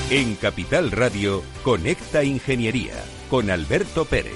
En Capital Radio, Conecta Ingeniería, con Alberto Pérez.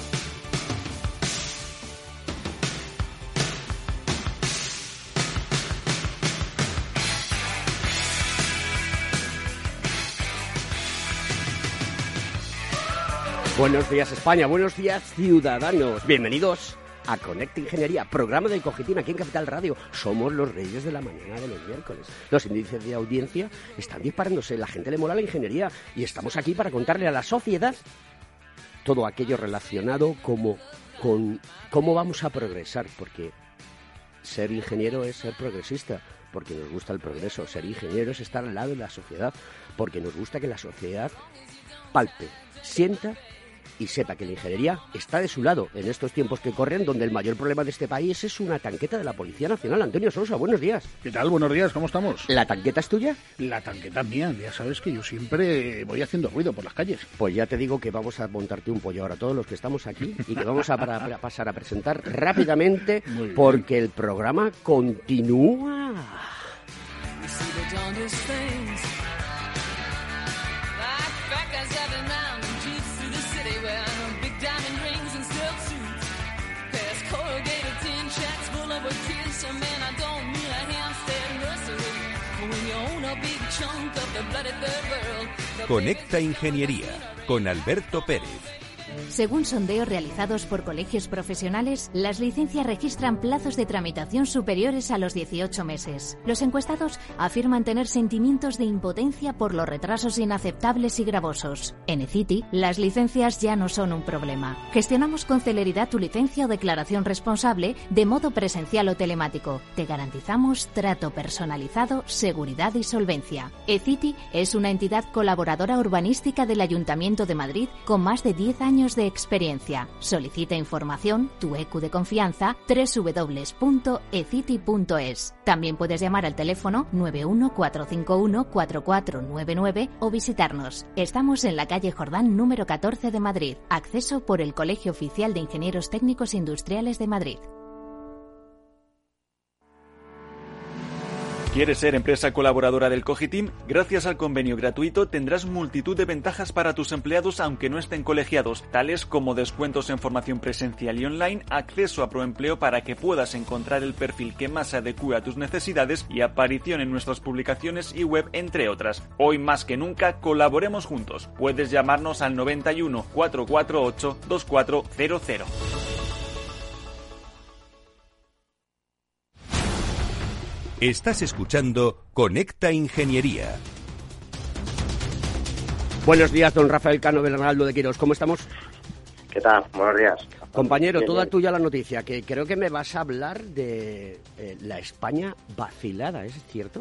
Buenos días, España, buenos días, ciudadanos. Bienvenidos a Conecta Ingeniería, programa del Cogitín aquí en Capital Radio. Somos los reyes de la mañana de los miércoles. Los índices de audiencia están disparándose, la gente le mola la ingeniería y estamos aquí para contarle a la sociedad todo aquello relacionado con cómo vamos a progresar, porque ser ingeniero es ser progresista, porque nos gusta el progreso. Ser ingeniero es estar al lado de la sociedad, porque nos gusta que la sociedad palpe, sienta y sepa que la ingeniería está de su lado en estos tiempos que corren, donde el mayor problema de este país es una tanqueta de la Policía Nacional. Antonio Sousa, buenos días. ¿Qué tal? Buenos días, ¿cómo estamos? ¿La tanqueta es tuya? La tanqueta es mía, ya sabes que yo siempre voy haciendo ruido por las calles. Pues ya te digo que vamos a montarte un pollo ahora todos los que estamos aquí y que vamos a pasar a presentar rápidamente porque el programa continúa. Conecta Ingeniería, con Alberto Pérez. Según sondeos realizados por colegios profesionales, las licencias registran plazos de tramitación superiores a los 18 meses. Los encuestados afirman tener sentimientos de impotencia por los retrasos inaceptables y gravosos. En eCity, las licencias ya no son un problema. Gestionamos con celeridad tu licencia o declaración responsable de modo presencial o telemático. Te garantizamos trato personalizado, seguridad y solvencia. eCity es una entidad colaboradora urbanística del Ayuntamiento de Madrid con más de 10 años de experiencia. Solicita información, tu EQ de confianza, www.ecity.es. También puedes llamar al teléfono 914514499 o visitarnos. Estamos en la calle Jordán número 14 de Madrid. Acceso por el Colegio Oficial de Ingenieros Técnicos Industriales de Madrid. ¿Quieres ser empresa colaboradora del Cogitim? Gracias al convenio gratuito tendrás multitud de ventajas para tus empleados aunque no estén colegiados, tales como descuentos en formación presencial y online, acceso a Proempleo para que puedas encontrar el perfil que más se adecue a tus necesidades y aparición en nuestras publicaciones y web, entre otras. Hoy más que nunca, colaboremos juntos. Puedes llamarnos al 91 448 2400. Estás escuchando Conecta Ingeniería. Buenos días, don Rafael Cano Bernaldo de Quirós. ¿Cómo estamos? ¿Qué tal? Buenos días. Compañero, Bien, toda bien. tuya la noticia, que creo que me vas a hablar de la España vacilada, ¿es cierto?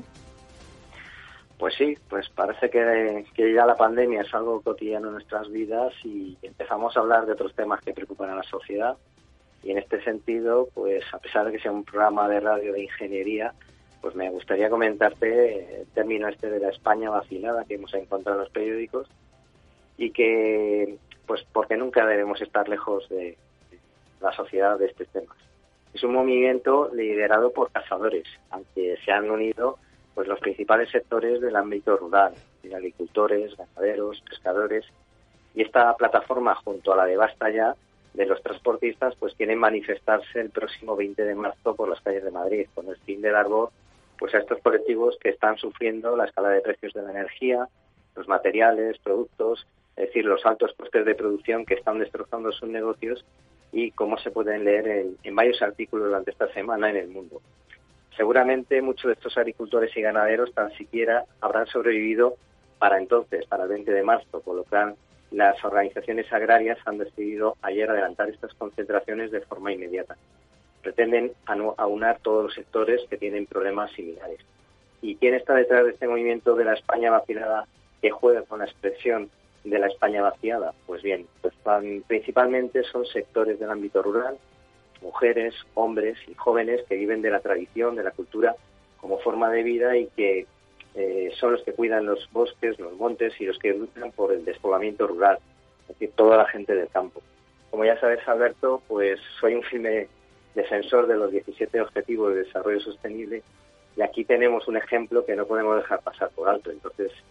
Pues sí, pues parece que ya la pandemia es algo cotidiano en nuestras vidas y empezamos a hablar de otros temas que preocupan a la sociedad. Y en este sentido, pues a pesar de que sea un programa de radio de ingeniería, pues me gustaría comentarte el término de la España vacilada que hemos encontrado en los periódicos y que, pues porque nunca debemos estar lejos de la sociedad de estos temas. Es un movimiento liderado por cazadores, aunque se han unido pues los principales sectores del ámbito rural, agricultores, ganaderos, pescadores, y esta plataforma junto a la de Basta Ya de los transportistas pues quieren manifestarse el próximo 20 de marzo por las calles de Madrid con el fin de dar voz pues a estos colectivos que están sufriendo la escalada de precios de la energía, los materiales, productos, es decir, los altos costes de producción que están destrozando sus negocios y cómo se pueden leer en varios artículos durante esta semana en El Mundo. Seguramente muchos de estos agricultores y ganaderos tan siquiera habrán sobrevivido para entonces, para el 20 de marzo, por lo cual las organizaciones agrarias han decidido ayer adelantar estas concentraciones de forma inmediata. Pretenden aunar todos los sectores que tienen problemas similares. ¿Y quién está detrás de este movimiento de la España vacilada que juega con la expresión de la España vaciada? Pues bien, principalmente son sectores del ámbito rural, mujeres, hombres y jóvenes que viven de la tradición, de la cultura como forma de vida y que son los que cuidan los bosques, los montes y los que luchan por el despoblamiento rural, es decir, toda la gente del campo. Como ya sabes, Alberto, pues soy un firme defensor de los 17 Objetivos de Desarrollo Sostenible y aquí tenemos un ejemplo que no podemos dejar pasar por alto. Entonces,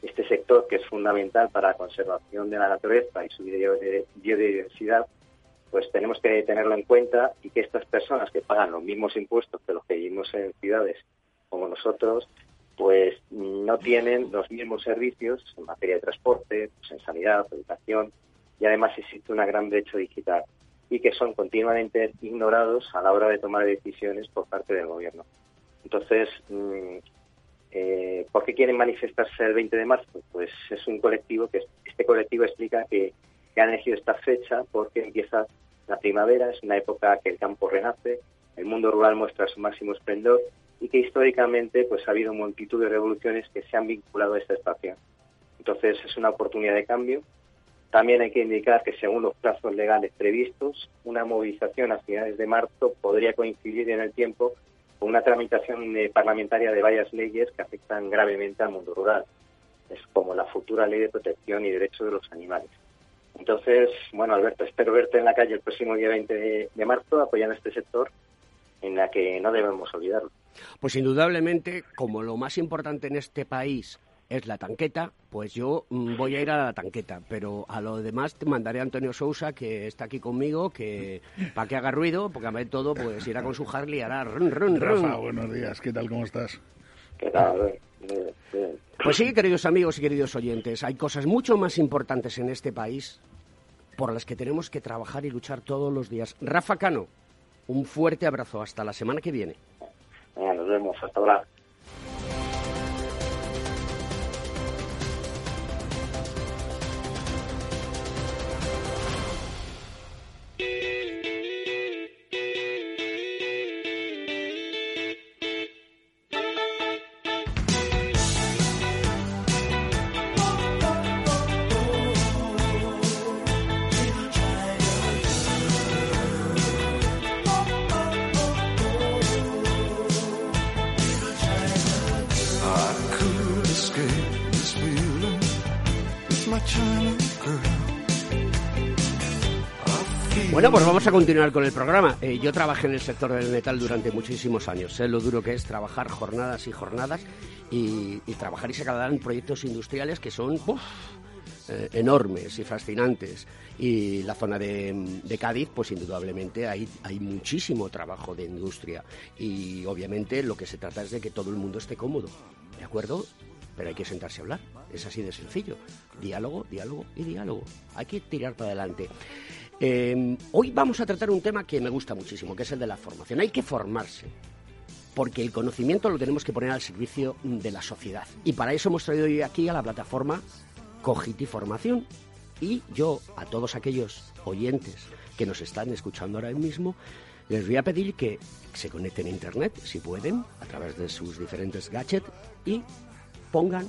este sector que es fundamental para la conservación de la naturaleza y su biodiversidad, pues tenemos que tenerlo en cuenta, y que estas personas que pagan los mismos impuestos que los que vivimos en ciudades como nosotros, pues no tienen los mismos servicios en materia de transporte, pues en sanidad, educación, y además existe una gran brecha digital y que son continuamente ignorados a la hora de tomar decisiones por parte del gobierno. Entonces, ¿por qué quieren manifestarse el 20 de marzo? Pues es un colectivo este colectivo explica que han elegido esta fecha porque empieza la primavera, es una época que el campo renace, el mundo rural muestra su máximo esplendor y que históricamente pues ha habido multitud de revoluciones que se han vinculado a esta estación. Entonces es una oportunidad de cambio. También hay que indicar que según los plazos legales previstos, una movilización a finales de marzo podría coincidir en el tiempo con una tramitación parlamentaria de varias leyes que afectan gravemente al mundo rural. Es como la futura Ley de Protección y Derechos de los Animales. Entonces, bueno, Alberto, espero verte en la calle el próximo día 20 de marzo apoyando este sector en la que no debemos olvidarlo. Pues indudablemente, como lo más importante en este país es la tanqueta, pues yo voy a ir a la tanqueta, pero a lo demás te mandaré a Antonio Sousa, que está aquí conmigo, que para que haga ruido, porque a ver todo, pues irá con su Harley y hará run, run, run. Rafa, buenos días, ¿qué tal, cómo estás? ¿Qué tal? Pues sí, queridos amigos y queridos oyentes, hay cosas mucho más importantes en este país por las que tenemos que trabajar y luchar todos los días. Rafa Cano, un fuerte abrazo, hasta la semana que viene. Nos vemos, hasta ahora. Bueno, pues vamos a continuar con el programa. Yo trabajé en el sector del metal durante muchísimos años. Sé lo duro que es trabajar jornadas y jornadas y trabajar y sacar proyectos industriales que son enormes y fascinantes. Y la zona de Cádiz, pues indudablemente hay muchísimo trabajo de industria. Y obviamente lo que se trata es de que todo el mundo esté cómodo, ¿de acuerdo? Pero hay que sentarse a hablar. Es así de sencillo. Diálogo, diálogo y diálogo. Hay que tirar para adelante. Hoy vamos a tratar un tema que me gusta muchísimo, que es el de la formación. Hay que formarse, porque el conocimiento lo tenemos que poner al servicio de la sociedad. Y para eso hemos traído hoy aquí a la plataforma Cogiti Formación. Y yo, a todos aquellos oyentes que nos están escuchando ahora mismo, les voy a pedir que se conecten a Internet, si pueden, a través de sus diferentes gadgets, y pongan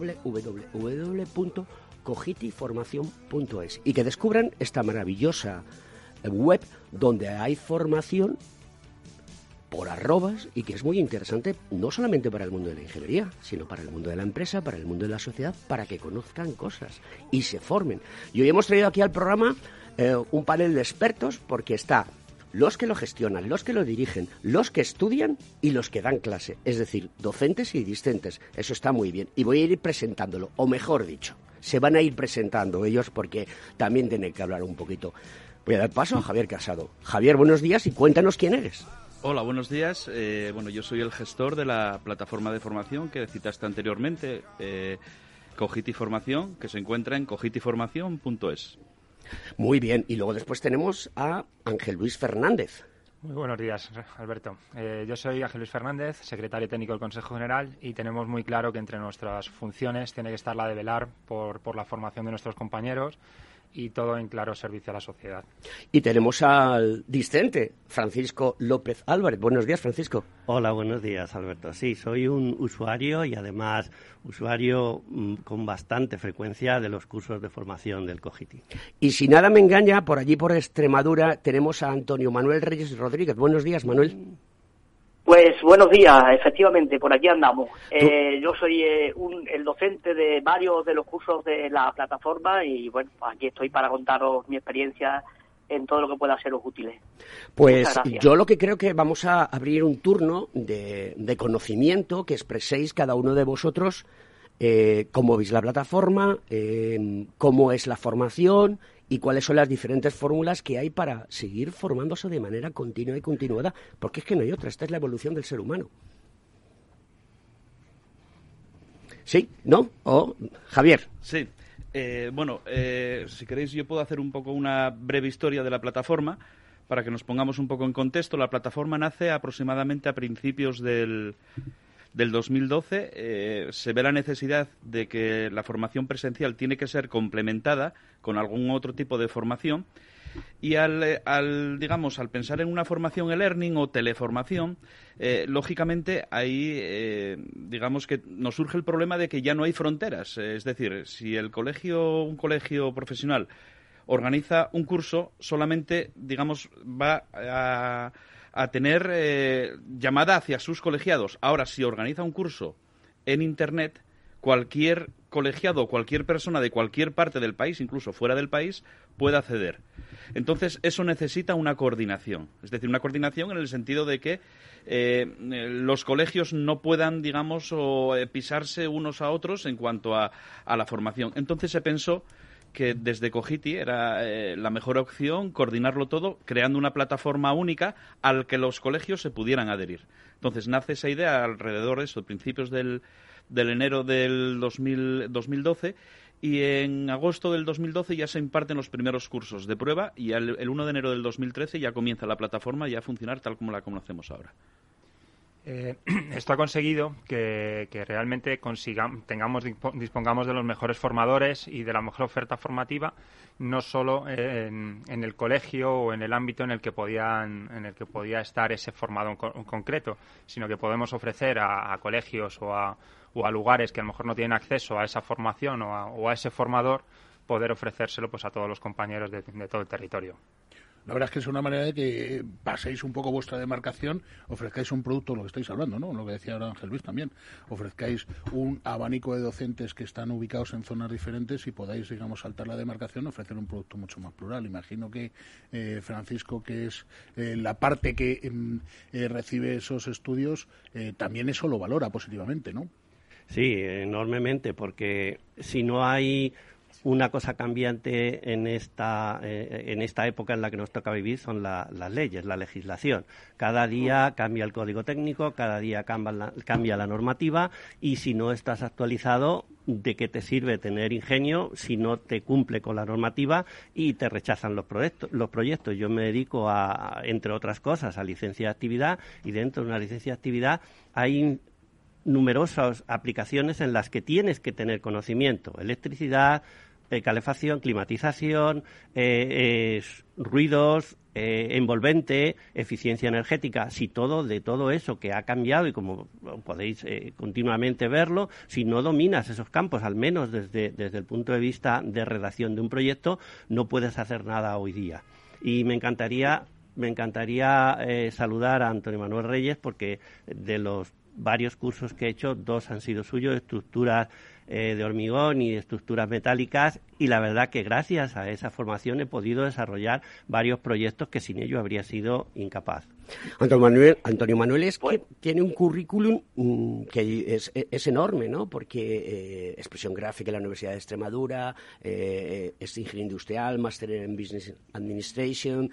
www.cogitiformacion.es y que descubran esta maravillosa web donde hay formación por arrobas y que es muy interesante no solamente para el mundo de la ingeniería, sino para el mundo de la empresa, para el mundo de la sociedad, para que conozcan cosas y se formen. Y hoy hemos traído aquí al programa un panel de expertos, porque está los que lo gestionan, los que lo dirigen, los que estudian y los que dan clase, es decir, docentes y discentes. Eso está muy bien. Y voy a ir presentándolo, o mejor dicho, se van a ir presentando ellos porque también tienen que hablar un poquito. Voy a dar paso a Javier Casado. Javier, buenos días y cuéntanos quién eres. Hola, buenos días. Yo soy el gestor de la plataforma de formación que citaste anteriormente, Cogiti Formación, que se encuentra en cogitiformacion.es. Muy bien, y luego después tenemos a Ángel Luis Fernández. Muy buenos días, Alberto. Yo soy Ángel Luis Fernández, secretario técnico del Consejo General, y tenemos muy claro que entre nuestras funciones tiene que estar la de velar por la formación de nuestros compañeros y todo en claro servicio a la sociedad. Y tenemos al discente, Francisco López Álvarez. Buenos días, Francisco. Hola, buenos días, Alberto. Sí, soy un usuario y además usuario con bastante frecuencia de los cursos de formación del Cogiti. Y si nada me engaña, por allí por Extremadura tenemos a Antonio Manuel Reyes Rodríguez. Buenos días, Manuel. Pues buenos días, efectivamente, por aquí andamos. Yo soy el docente de varios de los cursos de la plataforma y bueno, aquí estoy para contaros mi experiencia en todo lo que pueda seros útiles. Pues yo lo que creo que vamos a abrir un turno de conocimiento, que expreséis cada uno de vosotros cómo veis la plataforma, cómo es la formación y cuáles son las diferentes fórmulas que hay para seguir formándose de manera continua y continuada, porque es que no hay otra, esta es la evolución del ser humano. ¿Sí? ¿No? Javier. Sí. Si queréis yo puedo hacer un poco una breve historia de la plataforma para que nos pongamos un poco en contexto. La plataforma nace aproximadamente a principios del 2012. Se ve la necesidad de que la formación presencial tiene que ser complementada con algún otro tipo de formación y al pensar en una formación e-learning o teleformación, lógicamente ahí digamos que nos surge el problema de que ya no hay fronteras. Es decir, si un colegio profesional organiza un curso, solamente digamos va a tener llamada hacia sus colegiados. Ahora, si organiza un curso en Internet, cualquier colegiado o cualquier persona de cualquier parte del país, incluso fuera del país, puede acceder. Entonces, eso necesita una coordinación. Es decir, una coordinación en el sentido de que los colegios no puedan, digamos, pisarse unos a otros en cuanto a la formación. Entonces se pensó que desde Cogiti era la mejor opción coordinarlo todo, creando una plataforma única al que los colegios se pudieran adherir. Entonces nace esa idea alrededor de eso, principios del enero del 2012, y en agosto del 2012 ya se imparten los primeros cursos de prueba y el 1 de enero del 2013 ya comienza la plataforma ya a funcionar tal como la conocemos ahora. Esto ha conseguido que realmente dispongamos de los mejores formadores y de la mejor oferta formativa, no solo en el colegio o en el ámbito en el que podía estar ese formado en concreto, sino que podemos ofrecer a colegios o a lugares que a lo mejor no tienen acceso a esa formación o a ese formador, poder ofrecérselo pues a todos los compañeros de todo el territorio. La verdad es que es una manera de que paséis un poco vuestra demarcación, ofrezcáis un producto, lo que estáis hablando, ¿no? Lo que decía ahora Ángel Luis también, ofrezcáis un abanico de docentes que están ubicados en zonas diferentes y podáis, digamos, saltar la demarcación, ofrecer un producto mucho más plural. Imagino que Francisco, que es la parte que recibe esos estudios, también eso lo valora positivamente, ¿no? Sí, enormemente, porque si no hay una cosa cambiante en esta época en la que nos toca vivir son las leyes, la legislación. Cada día cambia el código técnico, cada día cambia la normativa, y si no estás actualizado, ¿de qué te sirve tener ingenio si no te cumple con la normativa y te rechazan los proyectos? Yo me dedico entre otras cosas, a licencia de actividad, y dentro de una licencia de actividad hay numerosas aplicaciones en las que tienes que tener conocimiento: electricidad, calefacción, climatización, ruidos, envolvente, eficiencia energética. Si de todo eso que ha cambiado, y como podéis continuamente verlo, si no dominas esos campos, al menos desde el punto de vista de redacción de un proyecto, no puedes hacer nada hoy día. Y me encantaría saludar a Antonio Manuel Reyes, porque de los varios cursos que he hecho, 2 han sido suyos, estructuras de hormigón y estructuras metálicas, y la verdad que gracias a esa formación he podido desarrollar varios proyectos que sin ello habría sido incapaz. Antonio Manuel es que tiene un currículum que es enorme, ¿no? Porque expresión gráfica en la Universidad de Extremadura, es ingeniero industrial, máster en Business Administration,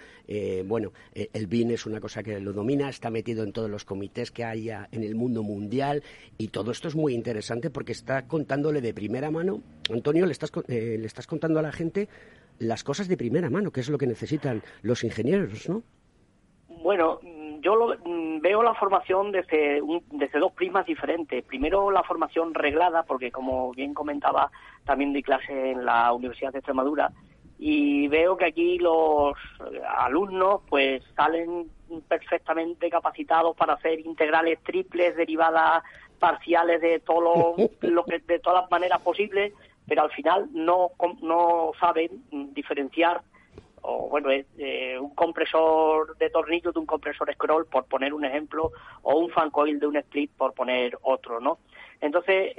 el BIN es una cosa que lo domina, está metido en todos los comités que haya en el mundo mundial, y todo esto es muy interesante porque está contándole de primera mano. Antonio, le estás contando a la gente las cosas de primera mano, que es lo que necesitan los ingenieros, ¿no? Bueno, yo veo la formación desde 2 prismas diferentes. Primero, la formación reglada, porque como bien comentaba, también doy clase en la Universidad de Extremadura, y veo que aquí los alumnos pues salen perfectamente capacitados para hacer integrales triples, derivadas parciales de todo de todas las maneras posibles, pero al final no saben diferenciar un compresor de tornillo de un compresor scroll, por poner un ejemplo, o un fan coil de un split, por poner otro, ¿no? Entonces,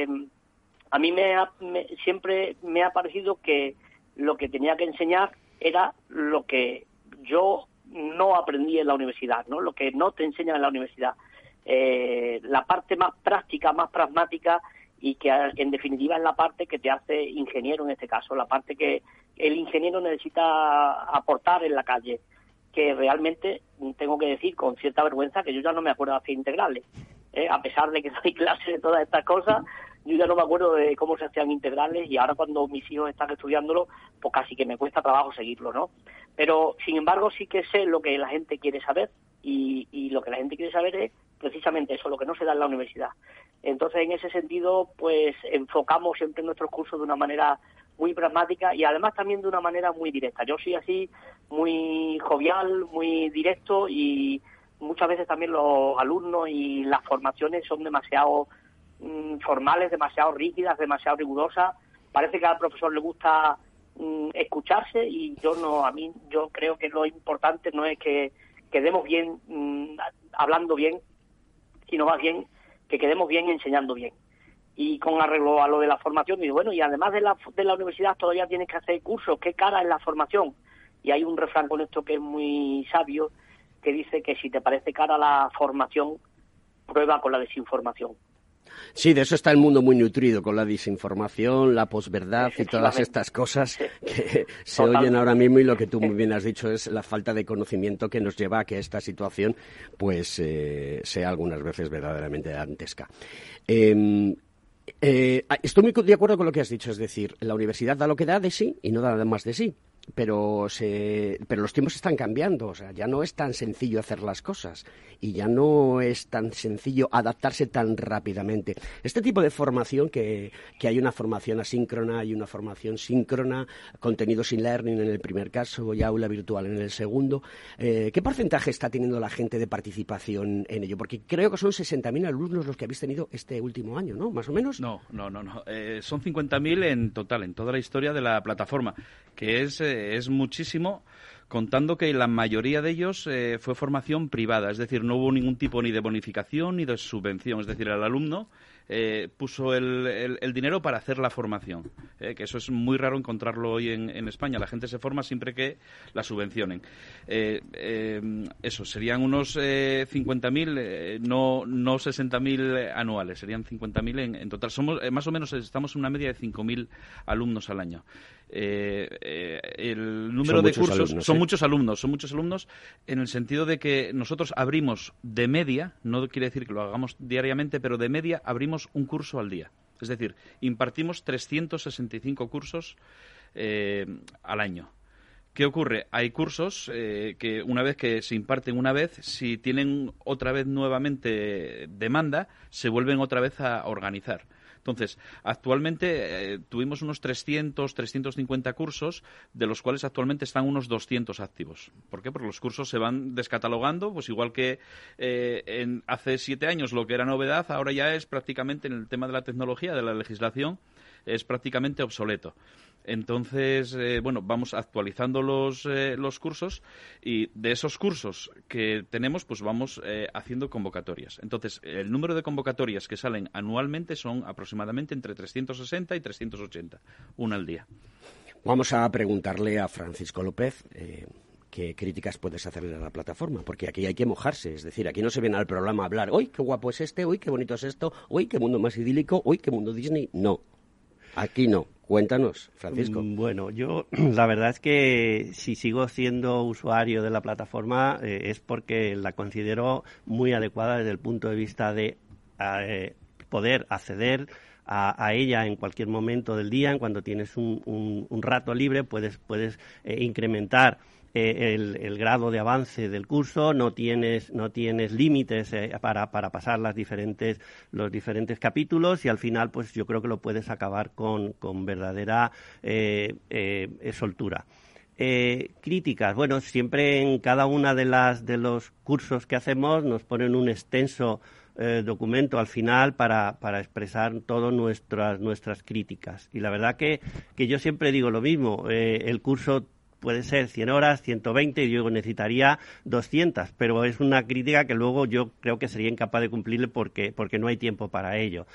a mí siempre me ha parecido que lo que tenía que enseñar era lo que yo no aprendí en la universidad, ¿no? Lo que no te enseñan en la universidad. La parte más práctica, más pragmática, y que en definitiva es la parte que te hace ingeniero en este caso, la parte que el ingeniero necesita aportar en la calle, que realmente tengo que decir con cierta vergüenza que yo ya no me acuerdo de hacer integrales, a pesar de que doy clase de todas estas cosas, yo ya no me acuerdo de cómo se hacían integrales, y ahora cuando mis hijos están estudiándolo, pues casi que me cuesta trabajo seguirlo, ¿no? Pero sin embargo sí que sé lo que la gente quiere saber, y lo que la gente quiere saber es precisamente eso, lo que no se da en la universidad. Entonces, en ese sentido, pues enfocamos siempre nuestros cursos de una manera muy pragmática y además también de una manera muy directa. Yo soy así, muy jovial, muy directo, y muchas veces también los alumnos y las formaciones son demasiado formales, demasiado rígidas, demasiado rigurosas. Parece que al profesor le gusta escucharse, y yo creo que lo importante no es que quedemos bien hablando bien, sino más bien que quedemos bien enseñando bien. Y con arreglo a lo de la formación, y bueno, y además de la universidad todavía tienes que hacer cursos. ¿Qué cara es la formación? Y hay un refrán con esto que es muy sabio, que dice que si te parece cara la formación, prueba con la desinformación. Sí, de eso está el mundo muy nutrido, con la desinformación, la posverdad y todas estas cosas que se oyen ahora mismo, y lo que tú muy bien has dicho es la falta de conocimiento que nos lleva a que esta situación pues sea algunas veces verdaderamente dantesca. Estoy muy de acuerdo con lo que has dicho, es decir, la universidad da lo que da de sí y no da nada más de sí. Pero los tiempos están cambiando, o sea, ya no es tan sencillo hacer las cosas y ya no es tan sencillo adaptarse tan rápidamente. Este tipo de formación, que hay una formación asíncrona y una formación síncrona, contenidos e-learning en el primer caso y aula virtual en el segundo, ¿qué porcentaje está teniendo la gente de participación en ello? Porque creo que son 60.000 alumnos los que habéis tenido este último año, ¿no? ¿Más o menos? No. Son 50.000 en total, en toda la historia de la plataforma, que es muchísimo, contando que la mayoría de ellos fue formación privada, es decir, no hubo ningún tipo ni de bonificación ni de subvención, es decir, el alumno puso el dinero para hacer la formación, que eso es muy raro encontrarlo hoy en España. La gente se forma siempre que la subvencionen. Eso, serían unos 50.000, no 60.000 anuales, serían 50.000 en total. Somos más o menos, estamos en una media de 5.000 alumnos al año. El número de cursos son muchos alumnos en el sentido de que nosotros abrimos de media, no quiere decir que lo hagamos diariamente, pero de media abrimos un curso al día. Es decir, impartimos 365 cursos al año. ¿Qué ocurre? Hay cursos que una vez que se imparten una vez, si tienen otra vez nuevamente demanda, se vuelven otra vez a organizar. Entonces, actualmente tuvimos unos 350 cursos, de los cuales actualmente están unos 200 activos. ¿Por qué? Porque los cursos se van descatalogando, pues igual que hace 7 años lo que era novedad, ahora ya es prácticamente, en el tema de la tecnología, de la legislación, es prácticamente obsoleto. Entonces, vamos actualizando los cursos, y de esos cursos que tenemos, pues vamos haciendo convocatorias. Entonces, el número de convocatorias que salen anualmente son aproximadamente entre 360 y 380, una al día. Vamos a preguntarle a Francisco López qué críticas puedes hacerle a la plataforma, porque aquí hay que mojarse, es decir, aquí no se viene al programa a hablar, ¡uy, qué guapo es este!, ¡uy, qué bonito es esto!, ¡uy, qué mundo más idílico!, ¡uy, qué mundo Disney! No, aquí no. Cuéntanos, Francisco. Bueno, yo la verdad es que si sigo siendo usuario de la plataforma es porque la considero muy adecuada desde el punto de vista de poder acceder a ella en cualquier momento del día. Cuando tienes un rato libre puedes incrementar el grado de avance del curso, no tienes límites para pasar los diferentes capítulos, y al final pues yo creo que lo puedes acabar con verdadera soltura. Críticas, bueno, siempre en cada una de los cursos que hacemos nos ponen un extenso documento al final para expresar todas nuestras críticas, y la verdad que yo siempre digo lo mismo, el curso puede ser 100 horas, 120, y yo necesitaría 200, pero es una crítica que luego yo creo que sería incapaz de cumplirle porque no hay tiempo para ello.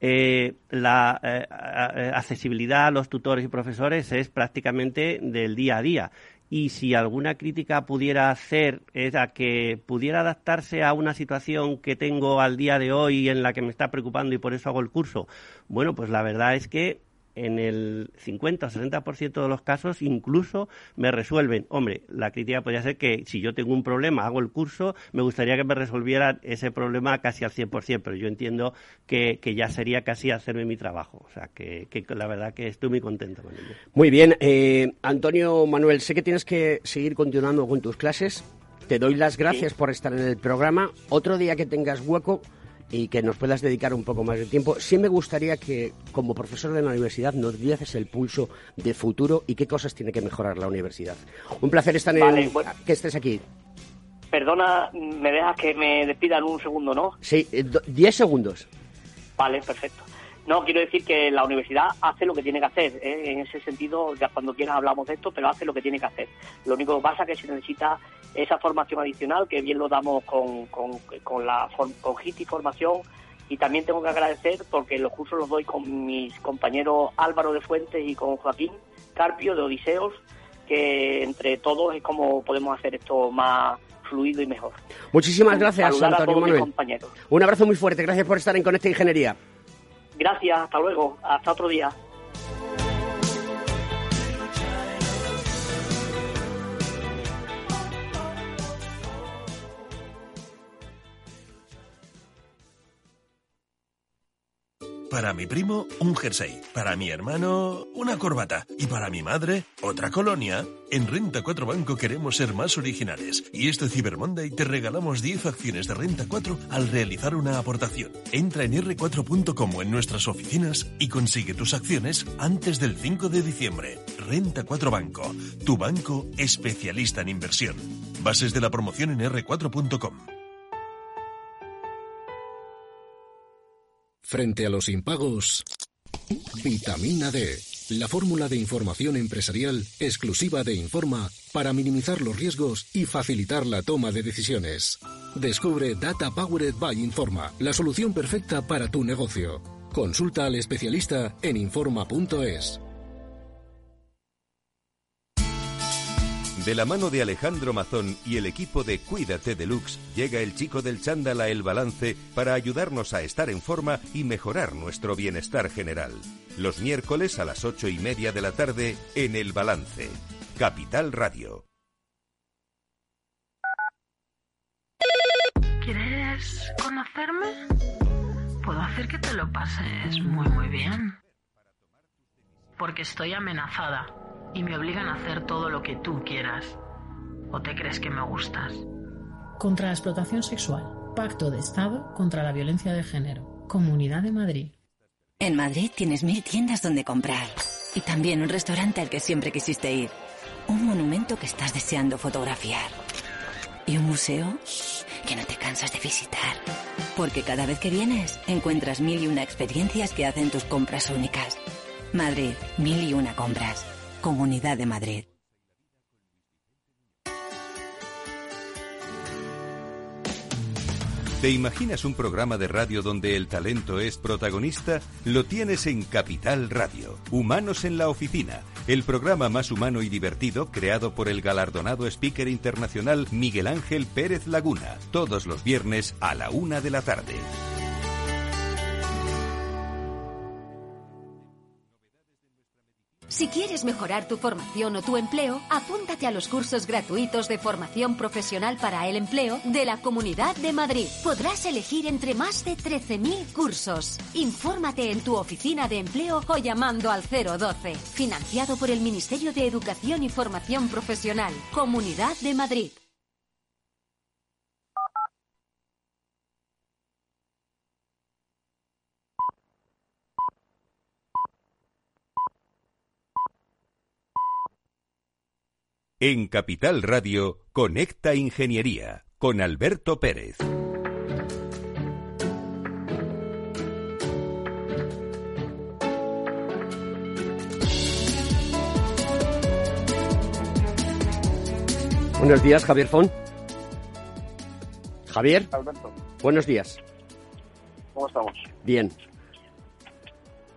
La accesibilidad a los tutores y profesores es prácticamente del día a día, y si alguna crítica pudiera hacer era que pudiera adaptarse a una situación que tengo al día de hoy en la que me está preocupando y por eso hago el curso. Bueno, pues la verdad es que en el 50 o 60% de los casos incluso me resuelven. Hombre, la crítica podría ser que si yo tengo un problema, hago el curso, me gustaría que me resolvieran ese problema casi al 100%, pero yo entiendo que ya sería casi hacerme mi trabajo. O sea, que la verdad que estoy muy contento con ello. Muy bien. Antonio Manuel, sé que tienes que seguir continuando con tus clases. Te doy las gracias por estar en el programa. Otro día que tengas hueco y que nos puedas dedicar un poco más de tiempo, sí me gustaría que, como profesor de la universidad, nos dieses el pulso de futuro y qué cosas tiene que mejorar la universidad. Un placer estar que estés aquí. Perdona, me dejas que me despida en un segundo, ¿no? Sí, 10 segundos. Vale, perfecto. No, quiero decir que la universidad hace lo que tiene que hacer, ¿eh? En ese sentido, ya cuando quieras hablamos de esto, pero hace lo que tiene que hacer. Lo único que pasa es que se necesita esa formación adicional, que bien lo damos con HIT y formación, y también tengo que agradecer porque los cursos los doy con mis compañeros Álvaro de Fuentes y con Joaquín Carpio de Odiseos, que entre todos es como podemos hacer esto más fluido y mejor. Muchísimas gracias, Saludar Antonio a todos Manuel. mis compañeros. Un abrazo muy fuerte, gracias por estar en Conecta Ingeniería. Gracias, hasta luego, hasta otro día. Para mi primo, un jersey. Para mi hermano, una corbata. Y para mi madre, otra colonia. En Renta 4 Banco queremos ser más originales. Y este Cyber Monday te regalamos 10 acciones de Renta 4 al realizar una aportación. Entra en r4.com o en nuestras oficinas y consigue tus acciones antes del 5 de diciembre. Renta 4 Banco, tu banco especialista en inversión. Bases de la promoción en r4.com. Frente a los impagos, Vitamina D, la fórmula de información empresarial exclusiva de Informa para minimizar los riesgos y facilitar la toma de decisiones. Descubre Data Powered by Informa, la solución perfecta para tu negocio. Consulta al especialista en Informa.es. De la mano de Alejandro Mazón y el equipo de Cuídate Deluxe, llega el chico del chándal a El Balance para ayudarnos a estar en forma y mejorar nuestro bienestar general. Los miércoles a las 8:30 de la tarde en El Balance. Capital Radio. ¿Quieres conocerme? Puedo hacer que te lo pases muy bien. Porque estoy amenazada. Y me obligan a hacer todo lo que tú quieras. ¿O te crees que me gustas? Contra la explotación sexual. Pacto de Estado contra la violencia de género. Comunidad de Madrid. En Madrid tienes 1000 tiendas donde comprar. Y también un restaurante al que siempre quisiste ir. Un monumento que estás deseando fotografiar. Y un museo que no te cansas de visitar. Porque cada vez que vienes encuentras 1001 experiencias que hacen tus compras únicas. Madrid, 1001 compras. Comunidad de Madrid. ¿Te imaginas un programa de radio donde el talento es protagonista? Lo tienes en Capital Radio. Humanos en la Oficina, el programa más humano y divertido creado por el galardonado speaker internacional Miguel Ángel Pérez Laguna, todos los viernes a la 1 de la tarde. Si quieres mejorar tu formación o tu empleo, apúntate a los cursos gratuitos de formación profesional para el empleo de la Comunidad de Madrid. Podrás elegir entre más de 13.000 cursos. Infórmate en tu oficina de empleo o llamando al 012. Financiado por el Ministerio de Educación y Formación Profesional. Comunidad de Madrid. En Capital Radio, Conecta Ingeniería, con Alberto Pérez. Buenos días, Javier Font. Javier. Alberto. Buenos días. ¿Cómo estamos? Bien.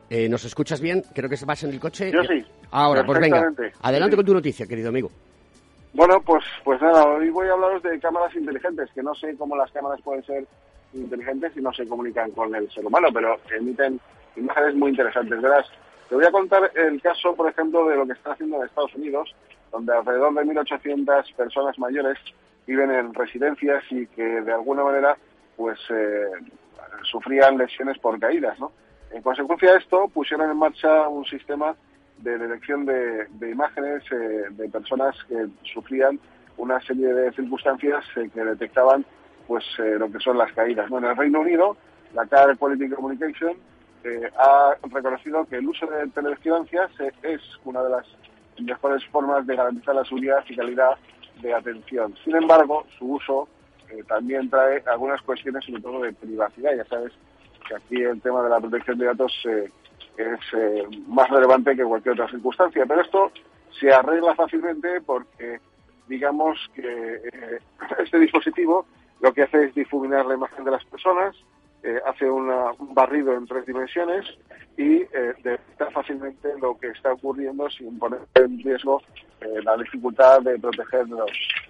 ¿Nos escuchas bien? Creo que vas en el coche. Yo sí. Ahora, pues venga. Adelante con tu noticia, querido amigo. Bueno, pues nada, hoy voy a hablaros de cámaras inteligentes, que no sé cómo las cámaras pueden ser inteligentes y no se comunican con el ser humano, pero emiten imágenes muy interesantes. Verás, te voy a contar el caso, por ejemplo, de lo que están haciendo en Estados Unidos, donde alrededor de 1.800 personas mayores viven en residencias y que de alguna manera pues sufrían lesiones por caídas, ¿no? En consecuencia de esto, pusieron en marcha un sistema de detección de imágenes de personas que sufrían una serie de circunstancias que detectaban pues lo que son las caídas, ¿no? En el Reino Unido, la Car Quality Communication ha reconocido que el uso de televigilancias es una de las mejores formas de garantizar la seguridad y calidad de atención. Sin embargo, su uso también trae algunas cuestiones, sobre todo de privacidad. Ya sabes que aquí el tema de la protección de datos es más relevante que cualquier otra circunstancia, pero esto se arregla fácilmente porque digamos que este dispositivo lo que hace es difuminar la imagen de las personas, hace un barrido en 3 dimensiones y detecta fácilmente lo que está ocurriendo sin poner en riesgo la dificultad de proteger los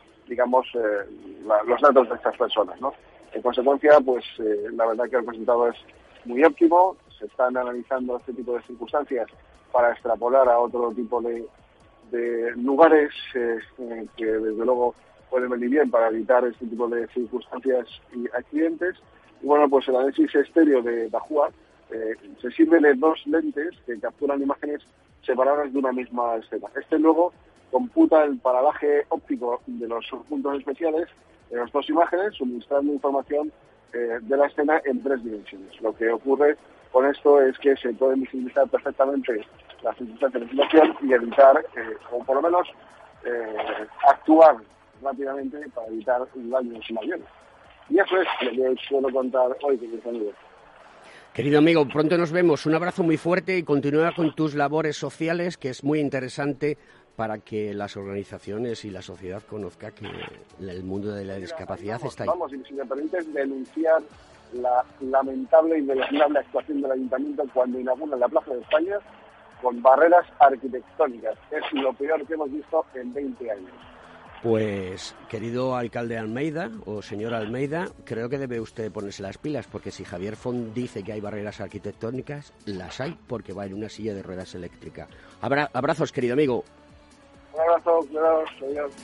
datos de estas personas, ¿no? En consecuencia, pues la verdad que el resultado es muy óptimo. Se están analizando este tipo de circunstancias para extrapolar a otro tipo de lugares que desde luego pueden venir bien para evitar este tipo de circunstancias y accidentes. Y bueno, pues el análisis estéreo de Dahua se sirve de 2 lentes que capturan imágenes separadas de una misma escena. Este luego computa el paralaje óptico de los puntos especiales de las 2 imágenes, suministrando información de la escena en 3 dimensiones. Lo que ocurre con esto es que se pueden visibilizar perfectamente las circunstancias de situación y evitar, o por lo menos actuar rápidamente para evitar daños mayores. Y eso es lo que os puedo contar hoy, queridos amigos. Querido amigo, pronto nos vemos. Un abrazo muy fuerte y continúa con tus labores sociales, que es muy interesante para que las organizaciones y la sociedad conozca que el mundo de la discapacidad está ahí. Vamos, y si me permites denunciar la lamentable y deleznable actuación del Ayuntamiento cuando inaugura la Plaza de España con barreras arquitectónicas. Es lo peor que hemos visto en 20 años. Pues, querido alcalde Almeida, o señor Almeida, creo que debe usted ponerse las pilas, porque si Javier Font dice que hay barreras arquitectónicas, las hay, porque va en una silla de ruedas eléctrica. Abrazos, querido amigo. Un abrazo, cuidados, adiós.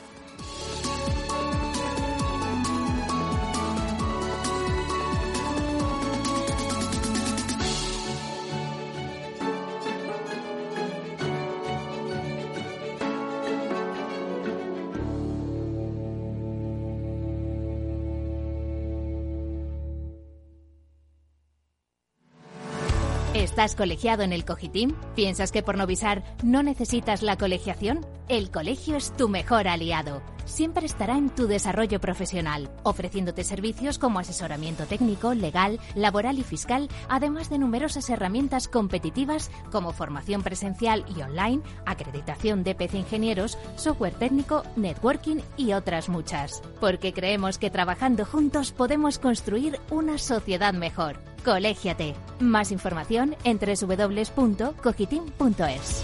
¿Estás colegiado en el Cogitim? ¿Piensas que por Novisar no necesitas la colegiación? El colegio es tu mejor aliado. Siempre estará en tu desarrollo profesional, ofreciéndote servicios como asesoramiento técnico, legal, laboral y fiscal, además de numerosas herramientas competitivas como formación presencial y online, acreditación de PC Ingenieros, software técnico, networking y otras muchas. Porque creemos que trabajando juntos podemos construir una sociedad mejor. Colégiate. Más información en www.cogitim.es.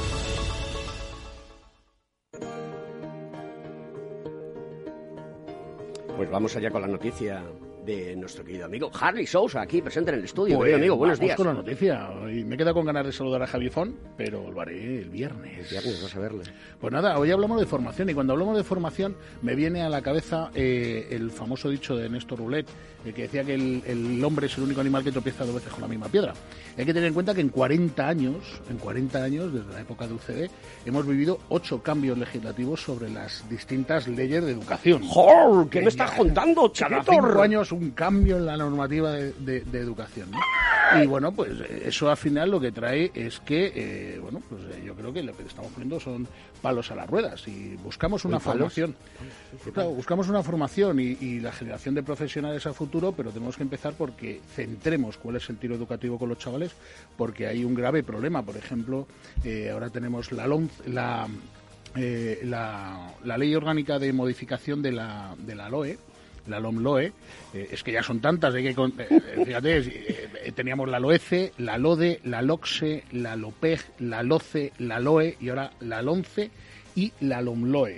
Pues vamos allá con la noticia de nuestro querido amigo Harry Sousa, aquí presente en el estudio. Pues, querido amigo, buenos días. Con la noticia. Y me he quedado con ganas de saludar a Javi Font, pero lo haré el viernes. El viernes vas a verle. Pues nada, hoy hablamos de formación, y cuando hablamos de formación me viene a la cabeza el famoso dicho de Néstor Roulet, que decía que el hombre es el único animal que tropieza 2 veces con la misma piedra. Hay que tener en cuenta que en 40 años, desde la época de UCD, hemos vivido 8 cambios legislativos sobre las distintas leyes de educación. ¡Jor! ¿Qué me estás contando, chaval? Cada 5 años un cambio en la normativa de educación, ¿no? Y bueno, pues eso al final lo que trae es que, yo creo que lo que estamos poniendo son palos a las ruedas y buscamos una formación. Claro, buscamos una formación y la generación de profesionales a futuro, pero tenemos que empezar porque centremos cuál es el tiro educativo con los chavales, porque hay un grave problema. Por ejemplo, ahora tenemos la ley orgánica de modificación de la LOE, la LOMLOE, es que ya son tantas, fíjate, teníamos la LOECE, la LODE, la LOCSE, la LOPEG, la LOCE, la LOE y ahora la LONCE y la LOMLOE.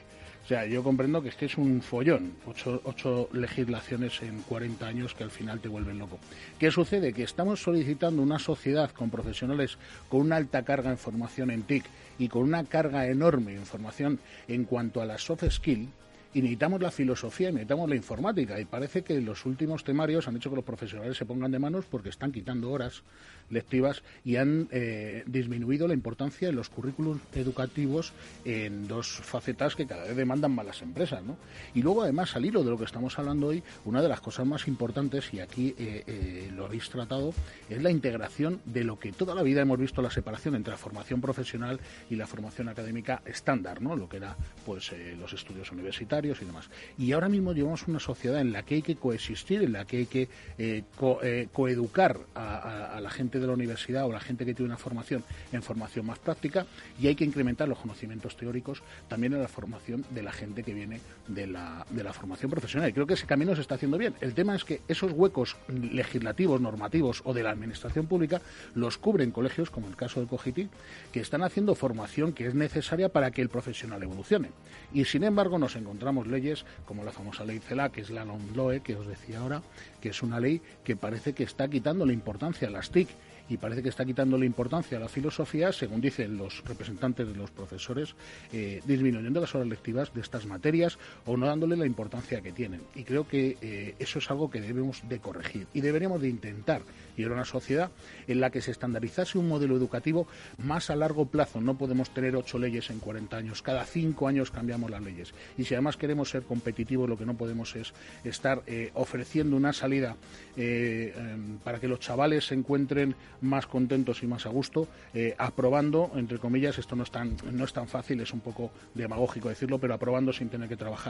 O sea, yo comprendo que es un follón, 8 legislaciones en 40 años que al final te vuelven loco. ¿Qué sucede? Que estamos solicitando una sociedad con profesionales con una alta carga en formación en TIC y con una carga enorme en formación en cuanto a las soft skills, y necesitamos la filosofía y necesitamos la informática. Y parece que los últimos temarios han hecho que los profesionales se pongan de manos porque están quitando horas lectivas y han disminuido la importancia de los currículos educativos en dos facetas que cada vez demandan más las empresas, ¿no? Y luego, además, al hilo de lo que estamos hablando hoy, una de las cosas más importantes, y aquí lo habéis tratado, es la integración de lo que toda la vida hemos visto, la separación entre la formación profesional y la formación académica estándar, ¿no? Lo que era pues los estudios universitarios y demás. Y ahora mismo llevamos una sociedad en la que hay que coexistir, en la que hay que coeducar a la gente de la universidad o la gente que tiene una formación en formación más práctica, y hay que incrementar los conocimientos teóricos también en la formación de la gente que viene de la formación profesional. Y creo que ese camino se está haciendo bien. El tema es que esos huecos legislativos, normativos o de la administración pública los cubren colegios, como el caso del COGITIC, que están haciendo formación que es necesaria para que el profesional evolucione. Y sin embargo nos encontramos leyes como la famosa ley CELA, que es la LOMLOE, que os decía ahora, que es una ley que parece que está quitando la importancia a las TIC y parece que está quitando la importancia a la filosofía, según dicen los representantes de los profesores, disminuyendo las horas lectivas de estas materias o no dándole la importancia que tienen. Y creo que eso es algo que debemos de corregir y deberíamos de intentar llegar a una sociedad en la que se estandarizase un modelo educativo más a largo plazo. No podemos tener 8 leyes en 40 años. Cada 5 años cambiamos las leyes. Y si además queremos ser competitivos, lo que no podemos es estar ofreciendo una salida para que los chavales se encuentren más contentos y más a gusto, aprobando, entre comillas, esto no es tan fácil, es un poco demagógico decirlo, pero aprobando sin tener que trabajar.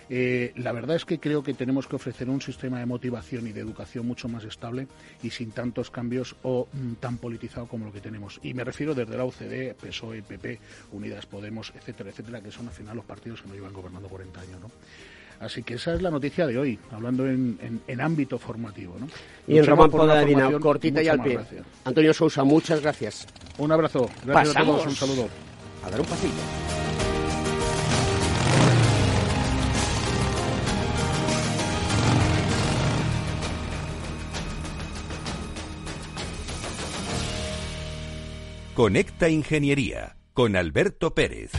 La verdad es que creo que tenemos que ofrecer un sistema de motivación y de educación mucho más estable y sin tantos cambios o tan politizado como lo que tenemos. Y me refiero desde la OCDE, PSOE, PP, Unidas Podemos, etcétera, etcétera, que son al final los partidos que nos llevan gobernando 40 años, ¿no? Así que esa es la noticia de hoy, hablando en ámbito formativo, ¿no? Y en Ramón Podadina, cortita y al pie. Gracias. Antonio Sousa, muchas gracias. Un abrazo. Gracias a todos, un saludo. A dar un pasito. Conecta Ingeniería con Alberto Pérez.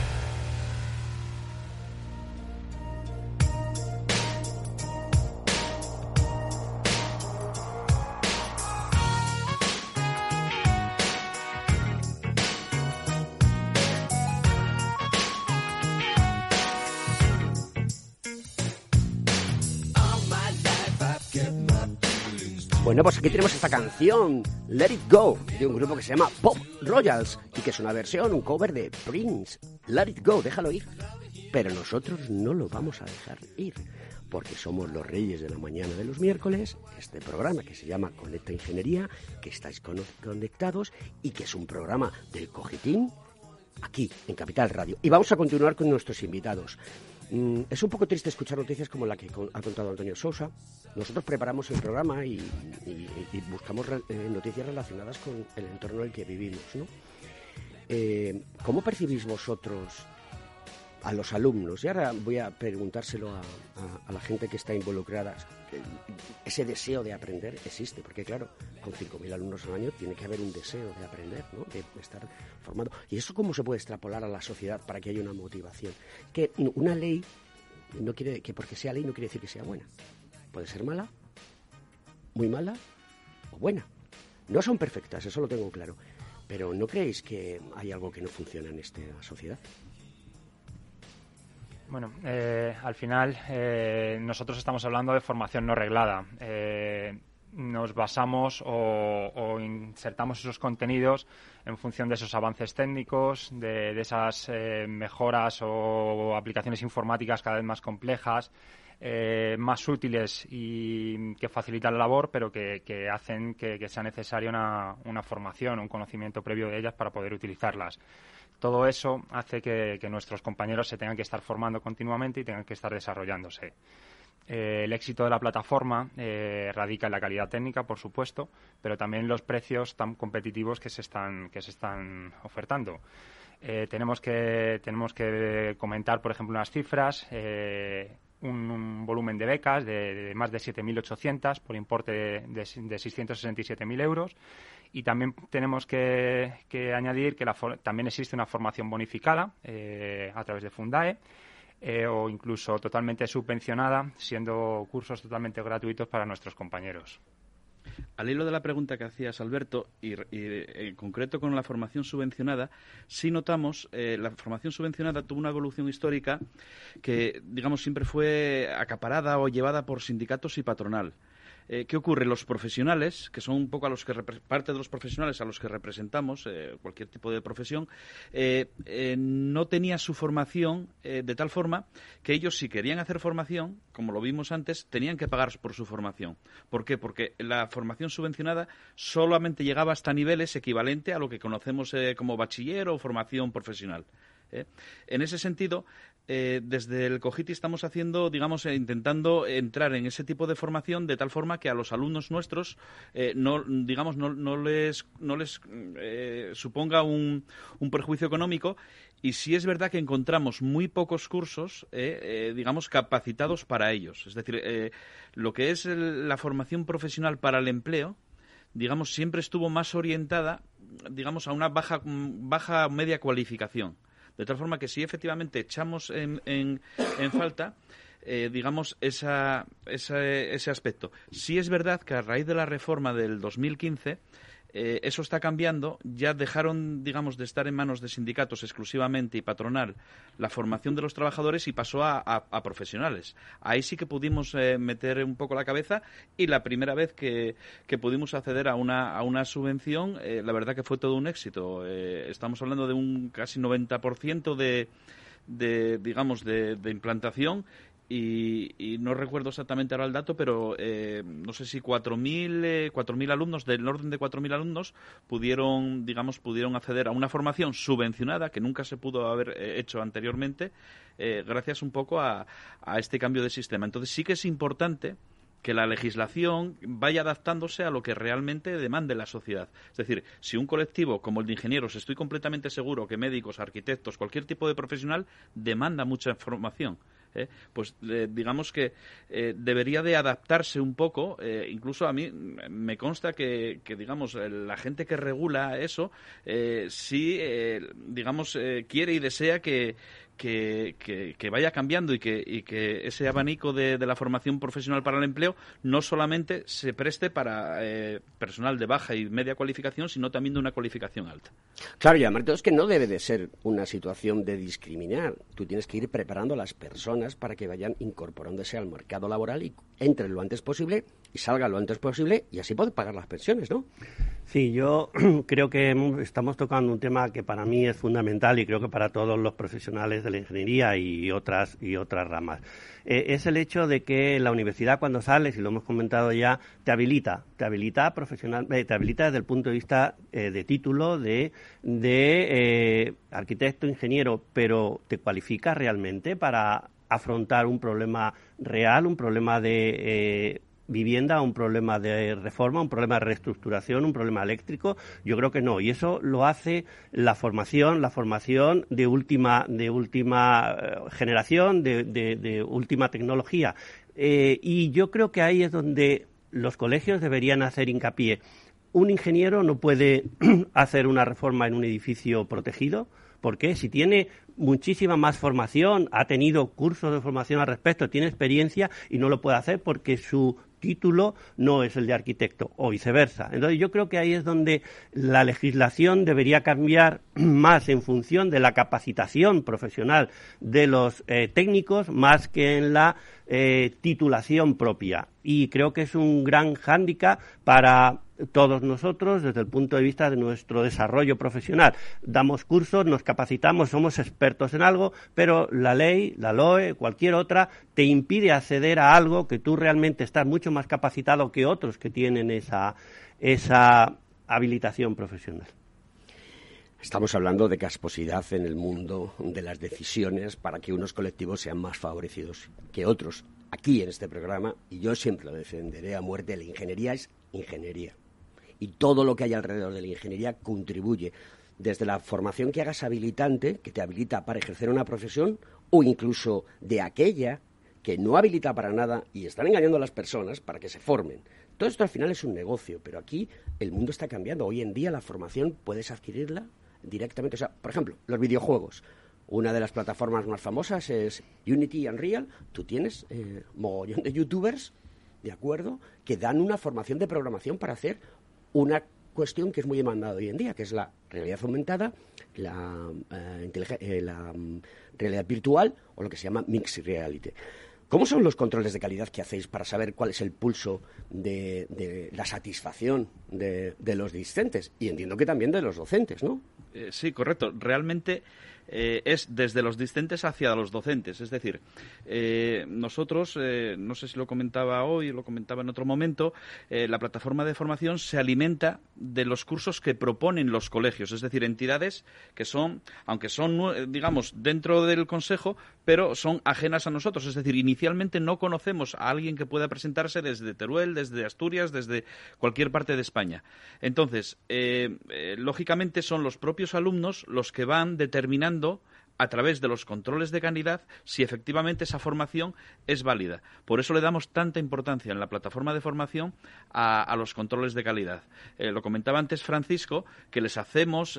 Bueno, pues aquí tenemos esta canción, Let It Go, de un grupo que se llama Pop Royals y que es una versión, un cover de Prince. Let It Go, déjalo ir. Pero nosotros no lo vamos a dejar ir, porque somos los reyes de la mañana de los miércoles, este programa que se llama Conecta Ingeniería, que estáis conectados y que es un programa del Cogitín aquí en Capital Radio. Y vamos a continuar con nuestros invitados. Es un poco triste escuchar noticias como la que ha contado Antonio Sousa. Nosotros preparamos el programa y buscamos noticias relacionadas con el entorno en el que vivimos, ¿no? ¿Cómo percibís vosotros a los alumnos? Y ahora voy a preguntárselo a la gente que está involucrada. Ese deseo de aprender existe, porque claro, con 5.000 alumnos al año tiene que haber un deseo de aprender, ¿no? De estar formado. ¿Y eso cómo se puede extrapolar a la sociedad para que haya una motivación? Que una ley, no quiere que porque sea ley no quiere decir que sea buena. Puede ser mala, muy mala o buena. No son perfectas, eso lo tengo claro. Pero ¿no creéis que hay algo que no funciona en esta sociedad? Bueno, al final nosotros estamos hablando de formación no reglada. Nos basamos o insertamos esos contenidos en función de esos avances técnicos, de esas mejoras o aplicaciones informáticas cada vez más complejas, más útiles y que facilitan la labor, pero que hacen que sea necesaria una formación, un conocimiento previo de ellas para poder utilizarlas. Todo eso hace que nuestros compañeros se tengan que estar formando continuamente y tengan que estar desarrollándose. El éxito de la plataforma radica en la calidad técnica, por supuesto, pero también en los precios tan competitivos que se están ofertando. Tenemos que comentar, por ejemplo, unas cifras, un volumen de becas de más de 7.800 por importe de 667.000 euros. Y también tenemos que añadir que también existe una formación bonificada a través de Fundae o incluso totalmente subvencionada, siendo cursos totalmente gratuitos para nuestros compañeros. Al hilo de la pregunta que hacías, Alberto, y en concreto con la formación subvencionada, sí notamos la formación subvencionada tuvo una evolución histórica que, digamos, siempre fue acaparada o llevada por sindicatos y patronal. ¿Qué ocurre? Los profesionales, que son un poco parte de los profesionales a los que representamos, cualquier tipo de profesión, no tenía su formación de tal forma que ellos, si querían hacer formación, como lo vimos antes, tenían que pagar por su formación. ¿Por qué? Porque la formación subvencionada solamente llegaba hasta niveles equivalentes a lo que conocemos como bachiller o formación profesional. En ese sentido, desde el COGITI estamos haciendo, digamos, intentando entrar en ese tipo de formación de tal forma que a los alumnos nuestros no les suponga un perjuicio económico. Y sí es verdad que encontramos muy pocos cursos, digamos, capacitados para ellos. Es decir, lo que es la formación profesional para el empleo, digamos, siempre estuvo más orientada, digamos, a una baja o media cualificación. De tal forma que sí, efectivamente, echamos en falta, digamos, ese aspecto. Sí es verdad que a raíz de la reforma del 2015, eso está cambiando. Ya dejaron, digamos, de estar en manos de sindicatos exclusivamente y patronal la formación de los trabajadores y pasó a profesionales. Ahí sí que pudimos meter un poco la cabeza y la primera vez que pudimos acceder a una subvención, la verdad que fue todo un éxito. Estamos hablando de un casi 90% de implantación. Y no recuerdo exactamente ahora el dato, pero no sé si 4.000 alumnos, del orden de 4.000 alumnos, pudieron acceder a una formación subvencionada que nunca se pudo haber hecho anteriormente, gracias un poco a este cambio de sistema. Entonces sí que es importante que la legislación vaya adaptándose a lo que realmente demande la sociedad. Es decir, si un colectivo como el de ingenieros, estoy completamente seguro que médicos, arquitectos, cualquier tipo de profesional demanda mucha formación. Pues digamos que debería de adaptarse un poco. Incluso a mí me consta que digamos, la gente que regula eso sí, digamos, quiere y desea que vaya cambiando y que ese abanico de la formación profesional para el empleo no solamente se preste para personal de baja y media cualificación, sino también de una cualificación alta. Claro, y además es que no debe de ser una situación de discriminar. Tú tienes que ir preparando a las personas para que vayan incorporándose al mercado laboral y entren lo antes posible y salgan lo antes posible y así poder pagar las pensiones, ¿no? Sí, yo creo que estamos tocando un tema que para mí es fundamental y creo que para todos los profesionales de la ingeniería y otras ramas. Es el hecho de que la universidad, cuando sales, y lo hemos comentado ya, te habilita profesional, te habilita desde el punto de vista de título de arquitecto, ingeniero, pero te cualifica realmente para afrontar un problema real, un problema de vivienda, un problema de reforma, un problema de reestructuración, un problema eléctrico. Yo creo que no, y eso lo hace la formación de última generación, de última tecnología. Y yo creo que ahí es donde los colegios deberían hacer hincapié. Un ingeniero no puede hacer una reforma en un edificio protegido. ¿Por qué? Si tiene muchísima más formación, ha tenido cursos de formación al respecto, tiene experiencia y no lo puede hacer porque su título no es el de arquitecto o viceversa. Entonces yo creo que ahí es donde la legislación debería cambiar más en función de la capacitación profesional de los técnicos más que en la titulación propia. Y creo que es un gran hándicap para todos nosotros desde el punto de vista de nuestro desarrollo profesional. Damos cursos, nos capacitamos, somos expertos en algo, pero la ley, la LOE, cualquier otra, te impide acceder a algo que tú realmente estás mucho más capacitado que otros que tienen esa habilitación profesional. Estamos hablando de casposidad en el mundo de las decisiones para que unos colectivos sean más favorecidos que otros. Aquí en este programa, y yo siempre lo defenderé a muerte, la ingeniería es ingeniería. Y todo lo que hay alrededor de la ingeniería contribuye desde la formación que hagas habilitante, que te habilita para ejercer una profesión, o incluso de aquella que no habilita para nada y están engañando a las personas para que se formen. Todo esto al final es un negocio, pero aquí el mundo está cambiando. Hoy en día la formación puedes adquirirla directamente. O sea, por ejemplo, los videojuegos. Una de las plataformas más famosas es Unity y Unreal. Tú tienes mogollón de youtubers, ¿de acuerdo?, que dan una formación de programación para hacer una cuestión que es muy demandada hoy en día, que es la realidad aumentada, la realidad virtual o lo que se llama mixed reality. ¿Cómo son los controles de calidad que hacéis para saber cuál es el pulso de la satisfacción de los discentes? Y entiendo que también de los docentes, ¿no? Sí, correcto. Realmente es desde los discentes hacia los docentes. Es decir, nosotros, no sé si lo comentaba hoy o lo comentaba en otro momento, la plataforma de formación se alimenta de los cursos que proponen los colegios. Es decir, entidades que son, aunque son, digamos, dentro del Consejo, pero son ajenas a nosotros. Es decir, inicialmente no conocemos a alguien que pueda presentarse desde Teruel, desde Asturias, desde cualquier parte de España. Entonces, lógicamente son los propios alumnos los que van determinando a través de los controles de calidad si efectivamente esa formación es válida. Por eso le damos tanta importancia en la plataforma de formación a los controles de calidad. Lo comentaba antes Francisco, que les hacemos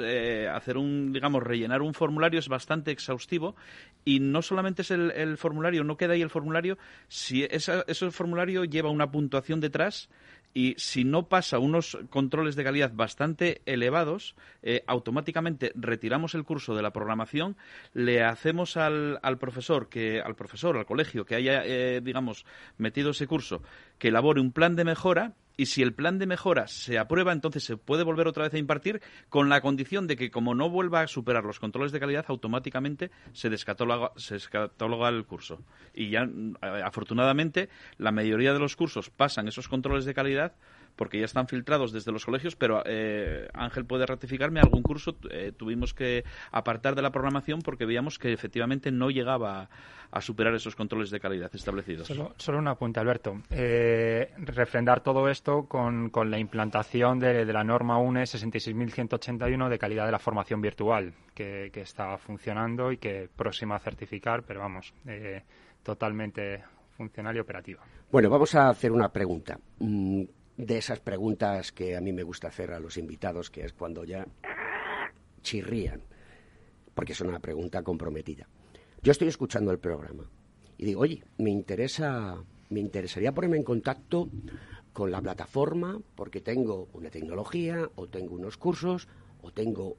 rellenar un formulario, es bastante exhaustivo, y no solamente es el formulario, no queda ahí el formulario, si ese formulario lleva una puntuación detrás. Y si no pasa unos controles de calidad bastante elevados, automáticamente retiramos el curso de la programación, le hacemos al profesor, al colegio que haya, metido ese curso, que elabore un plan de mejora. Y si el plan de mejora se aprueba, entonces se puede volver otra vez a impartir, con la condición de que, como no vuelva a superar los controles de calidad, automáticamente se descataloga el curso. Y ya, afortunadamente, la mayoría de los cursos pasan esos controles de calidad porque ya están filtrados desde los colegios, pero Ángel puede ratificarme, algún curso tuvimos que apartar de la programación porque veíamos que efectivamente no llegaba a superar esos controles de calidad establecidos. Solo un apunte, Alberto. Refrendar todo esto con la implantación de la norma UNE 66.181 de calidad de la formación virtual, que está funcionando y que próxima a certificar, pero vamos, totalmente funcional y operativa. Bueno, vamos a hacer una pregunta. De esas preguntas que a mí me gusta hacer a los invitados, que es cuando ya chirrían, porque es una pregunta comprometida. Yo estoy escuchando el programa y digo, oye, me interesaría ponerme en contacto con la plataforma porque tengo una tecnología o tengo unos cursos o tengo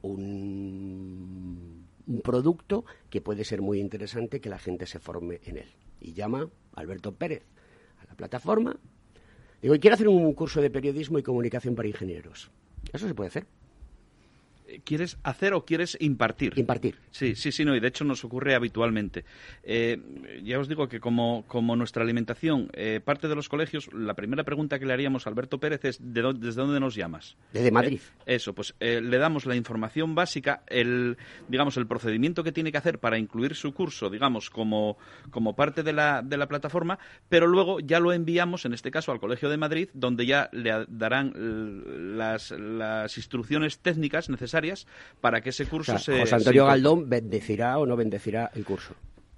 un producto que puede ser muy interesante que la gente se forme en él. Y llama a Alberto Pérez a la plataforma. Digo, quiero hacer un curso de periodismo y comunicación para ingenieros. ¿Eso se puede hacer? ¿Quieres hacer o quieres impartir? Impartir. Sí, no, y de hecho nos ocurre habitualmente. Ya os digo que como nuestra alimentación parte de los colegios, la primera pregunta que le haríamos a Alberto Pérez es ¿desde dónde nos llamas? Desde Madrid. Eso, pues le damos la información básica, el procedimiento que tiene que hacer para incluir su curso, digamos, como parte de la plataforma, pero luego ya lo enviamos, en este caso, al Colegio de Madrid, donde ya le darán las instrucciones técnicas necesarias para que ese curso José Antonio Galdón bendecirá o no bendecirá el curso.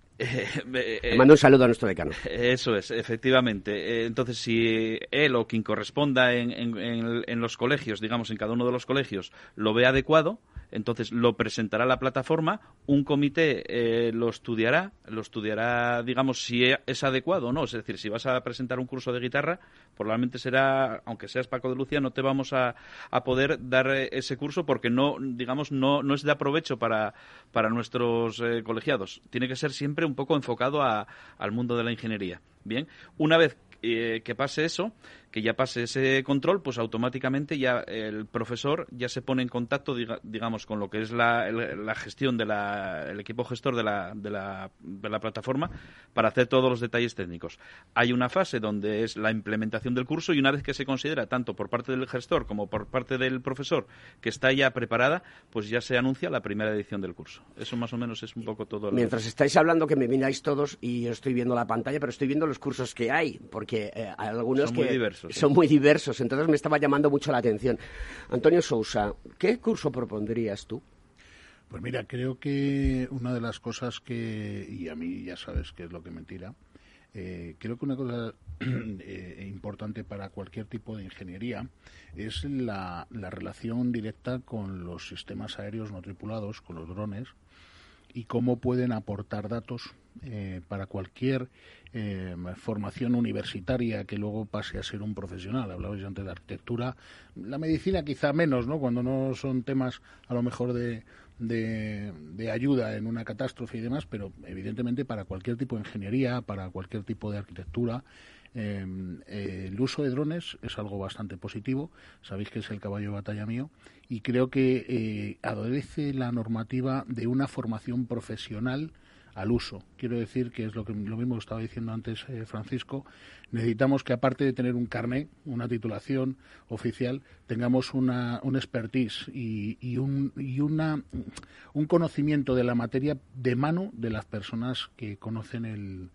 Le mando un saludo a nuestro decano. Eso es, efectivamente. Entonces, si él o quien corresponda en los colegios, digamos, en cada uno de los colegios, lo ve adecuado, entonces lo presentará a la plataforma, un comité lo estudiará, digamos, si es adecuado o no. Es decir, si vas a presentar un curso de guitarra, probablemente será, aunque seas Paco de Lucía, no te vamos a poder dar ese curso porque no es de aprovecho para nuestros colegiados. Tiene que ser siempre un poco enfocado al mundo de la ingeniería. Bien, una vez que pase eso, que ya pase ese control, pues automáticamente ya el profesor ya se pone en contacto, digamos, con lo que es la gestión el equipo gestor de la plataforma para hacer todos los detalles técnicos. Hay una fase donde es la implementación del curso y una vez que se considera tanto por parte del gestor como por parte del profesor que está ya preparada, pues ya se anuncia la primera edición del curso. Eso más o menos es un poco todo. Mientras estáis hablando que me miráis todos y yo estoy viendo la pantalla, pero estoy viendo los cursos que hay, porque hay algunos son muy diversos. diversos. Son muy diversos, entonces me estaba llamando mucho la atención. Antonio Sousa, ¿qué curso propondrías tú? Pues mira, creo que una de las cosas y a mí ya sabes qué es lo que me tira, creo que una cosa importante para cualquier tipo de ingeniería es la relación directa con los sistemas aéreos no tripulados, con los drones, y cómo pueden aportar datos para cualquier formación universitaria que luego pase a ser un profesional. Hablabais antes de arquitectura, la medicina quizá menos, ¿no? Cuando no son temas a lo mejor de ayuda en una catástrofe y demás, pero evidentemente para cualquier tipo de ingeniería, para cualquier tipo de arquitectura, el uso de drones es algo bastante positivo. Sabéis que es el caballo de batalla mío, y creo que adolece la normativa de una formación profesional al uso. Quiero decir que es lo mismo que estaba diciendo antes Francisco. Necesitamos que, aparte de tener un carnet, una titulación oficial, tengamos una expertise y un conocimiento de la materia de mano de las personas que conocen el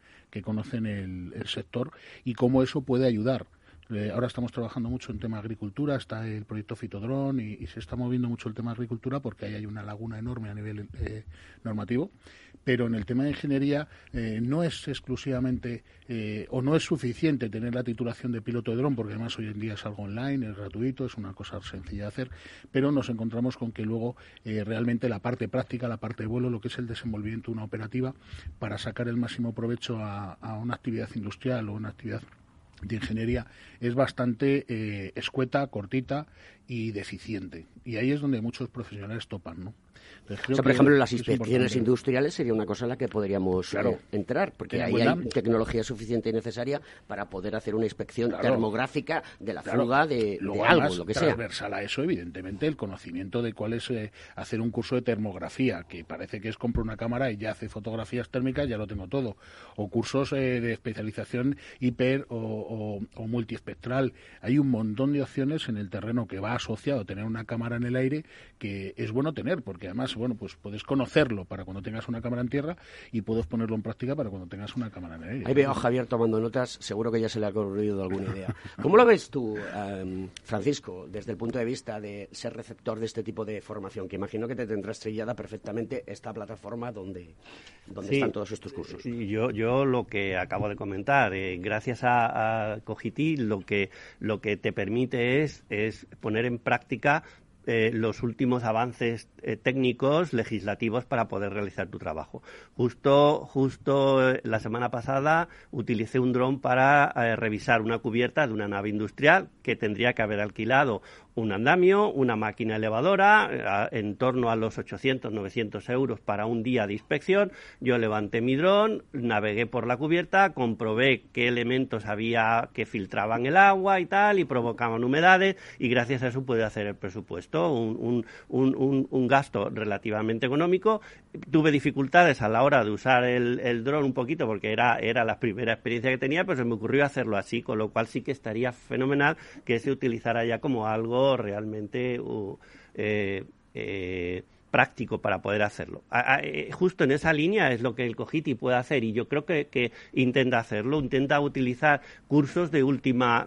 sector, y cómo eso puede ayudar. Ahora estamos trabajando mucho en tema de agricultura, está el proyecto Fitodrón y se está moviendo mucho el tema de agricultura porque ahí hay una laguna enorme a nivel normativo, pero en el tema de ingeniería no es exclusivamente o no es suficiente tener la titulación de piloto de dron, porque además hoy en día es algo online, es gratuito, es una cosa sencilla de hacer, pero nos encontramos con que luego realmente la parte práctica, la parte de vuelo, lo que es el desenvolvimiento de una operativa para sacar el máximo provecho a una actividad industrial o una actividad de ingeniería, es bastante escueta, cortita y deficiente. Y ahí es donde muchos profesionales topan, ¿no? Entonces, creo por ejemplo, las inspecciones industriales sería una cosa en la que podríamos entrar, porque ahí hay tecnología suficiente y necesaria para poder hacer una inspección termográfica de la fuga de algo, lo que sea. Transversal a eso, evidentemente, el conocimiento de cuál es hacer un curso de termografía, que parece que es compro una cámara y ya hace fotografías térmicas, ya lo tengo todo. O cursos de especialización hiper o multiespectral. Hay un montón de opciones en el terreno que va asociado a tener una cámara en el aire, que es bueno tener, porque además, bueno, pues puedes conocerlo para cuando tengas una cámara en tierra y puedes ponerlo en práctica para cuando tengas una cámara en el aire. Ahí veo a Javier tomando notas, seguro que ya se le ha ocurrido alguna idea. ¿Cómo lo ves tú, Francisco, desde el punto de vista de ser receptor de este tipo de formación? Que imagino que te tendrá estrellada perfectamente esta plataforma donde están todos estos cursos. Yo lo que acabo de comentar, gracias a Cogiti, lo que te permite es poner en práctica los últimos avances técnicos, legislativos, para poder realizar tu trabajo. Justo la semana pasada utilicé un dron para revisar una cubierta de una nave industrial que tendría que haber alquilado un andamio, una máquina elevadora, en torno a los 800, 900 euros para un día de inspección. Yo levanté mi dron, navegué por la cubierta, comprobé qué elementos había que filtraban el agua y tal, y provocaban humedades, y gracias a eso pude hacer el presupuesto, un gasto relativamente económico. Tuve dificultades a la hora de usar el dron un poquito, porque era la primera experiencia que tenía, pero se me ocurrió hacerlo así, con lo cual sí que estaría fenomenal que se utilizara ya como algo realmente práctico para poder hacerlo. Justo en esa línea es lo que el Cogiti puede hacer, y yo creo que intenta hacerlo, intenta utilizar cursos de última